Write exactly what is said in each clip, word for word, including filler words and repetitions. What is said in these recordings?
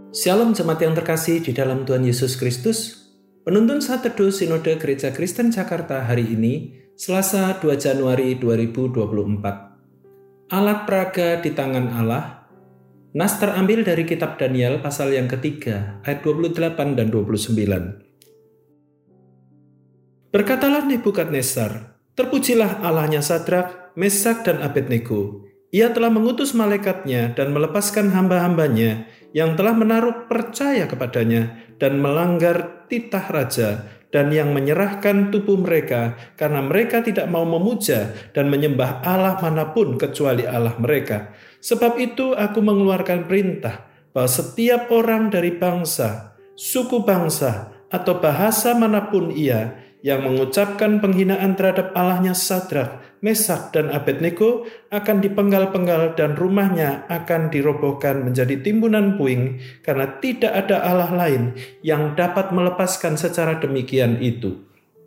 Shalom jemaat yang terkasih di dalam Tuhan Yesus Kristus. Penuntun Saat Teduh Sinode Gereja Kristen Jakarta hari ini, Selasa dua Januari dua ribu dua puluh empat. Alat peraga di tangan Allah. Nas terambil dari kitab Daniel pasal yang ketiga, ayat dua puluh delapan dan dua puluh sembilan. Berkatalah Nebukadnezar, terpujilah Allahnya Sadrak, Mesak dan Abednego. Ia telah mengutus malaikatnya dan melepaskan hamba-hambanya yang telah menaruh percaya kepadanya dan melanggar titah raja, dan yang menyerahkan tubuh mereka karena mereka tidak mau memuja dan menyembah Allah manapun kecuali Allah mereka. Sebab itu aku mengeluarkan perintah bahwa setiap orang dari bangsa, suku bangsa, atau bahasa manapun ia yang mengucapkan penghinaan terhadap Allahnya Sadrak, Mesak dan Abednego akan dipenggal-penggal dan rumahnya akan dirobohkan menjadi timbunan puing, karena tidak ada Allah lain yang dapat melepaskan secara demikian itu.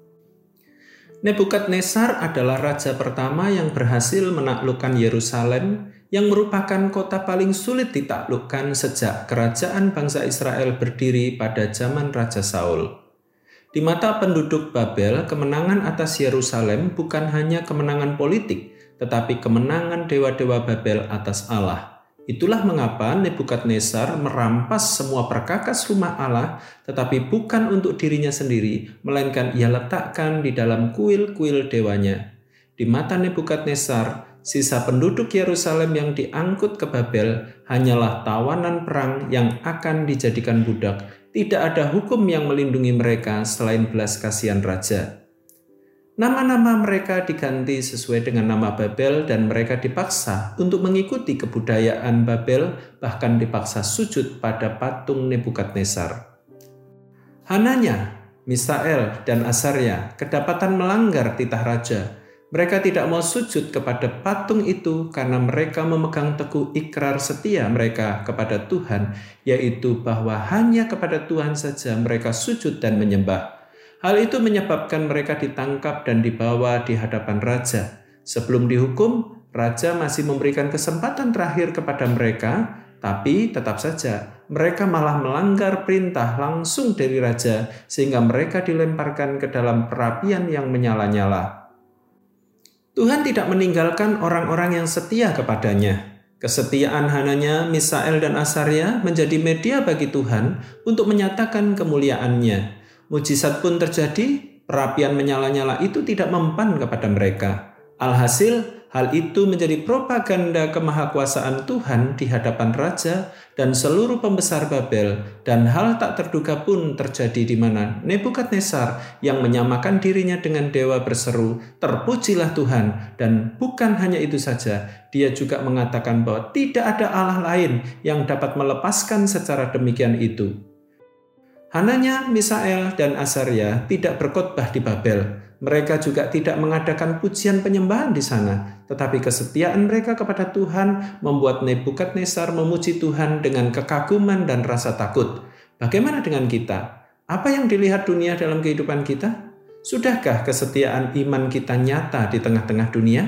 Nebukadnezar adalah raja pertama yang berhasil menaklukkan Yerusalem, yang merupakan kota paling sulit ditaklukkan sejak kerajaan bangsa Israel berdiri pada zaman Raja Saul. Di mata penduduk Babel, kemenangan atas Yerusalem bukan hanya kemenangan politik, tetapi kemenangan dewa-dewa Babel atas Allah. Itulah mengapa Nebukadnezar merampas semua perkakas rumah Allah, tetapi bukan untuk dirinya sendiri, melainkan ia letakkan di dalam kuil-kuil dewanya. Di mata Nebukadnezar, sisa penduduk Yerusalem yang diangkut ke Babel hanyalah tawanan perang yang akan dijadikan budak. Tidak ada hukum yang melindungi mereka selain belas kasihan raja. Nama-nama mereka diganti sesuai dengan nama Babel, dan mereka dipaksa untuk mengikuti kebudayaan Babel, bahkan dipaksa sujud pada patung Nebukadnezar. Hananya, Misael, dan Azarya kedapatan melanggar titah raja. Mereka tidak mau sujud kepada patung itu karena mereka memegang teguh ikrar setia mereka kepada Tuhan, yaitu bahwa hanya kepada Tuhan saja mereka sujud dan menyembah. Hal itu menyebabkan mereka ditangkap dan dibawa di hadapan raja. Sebelum dihukum, raja masih memberikan kesempatan terakhir kepada mereka, tapi tetap saja mereka malah melanggar perintah langsung dari raja, sehingga mereka dilemparkan ke dalam perapian yang menyala-nyala. Tuhan tidak meninggalkan orang-orang yang setia kepadanya. Kesetiaan Hananya, Misael, dan Azarya menjadi media bagi Tuhan untuk menyatakan kemuliaan-Nya. Mujizat pun terjadi, perapian menyala-nyala itu tidak mempan kepada mereka. Alhasil, hal itu menjadi propaganda kemahakuasaan Tuhan di hadapan raja dan seluruh pembesar Babel, dan hal tak terduga pun terjadi di mana Nebukadnezar yang menyamakan dirinya dengan dewa berseru, "Terpujilah Tuhan," dan bukan hanya itu saja, dia juga mengatakan bahwa tidak ada Allah lain yang dapat melepaskan secara demikian itu. Hananya, Misael, dan Azarya tidak berkhotbah di Babel. Mereka juga tidak mengadakan pujian penyembahan di sana, tetapi kesetiaan mereka kepada Tuhan membuat Nebukadnezar memuji Tuhan dengan kekaguman dan rasa takut. Bagaimana dengan kita? Apa yang dilihat dunia dalam kehidupan kita? Sudahkah kesetiaan iman kita nyata di tengah-tengah dunia?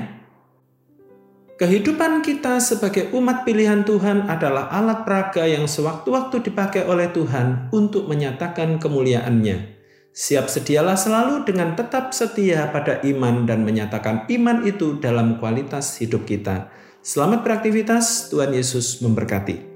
Kehidupan kita sebagai umat pilihan Tuhan adalah alat peraga yang sewaktu-waktu dipakai oleh Tuhan untuk menyatakan kemuliaan-Nya. Siap sedialah selalu dengan tetap setia pada iman dan menyatakan iman itu dalam kualitas hidup kita. Selamat beraktivitas, Tuhan Yesus memberkati.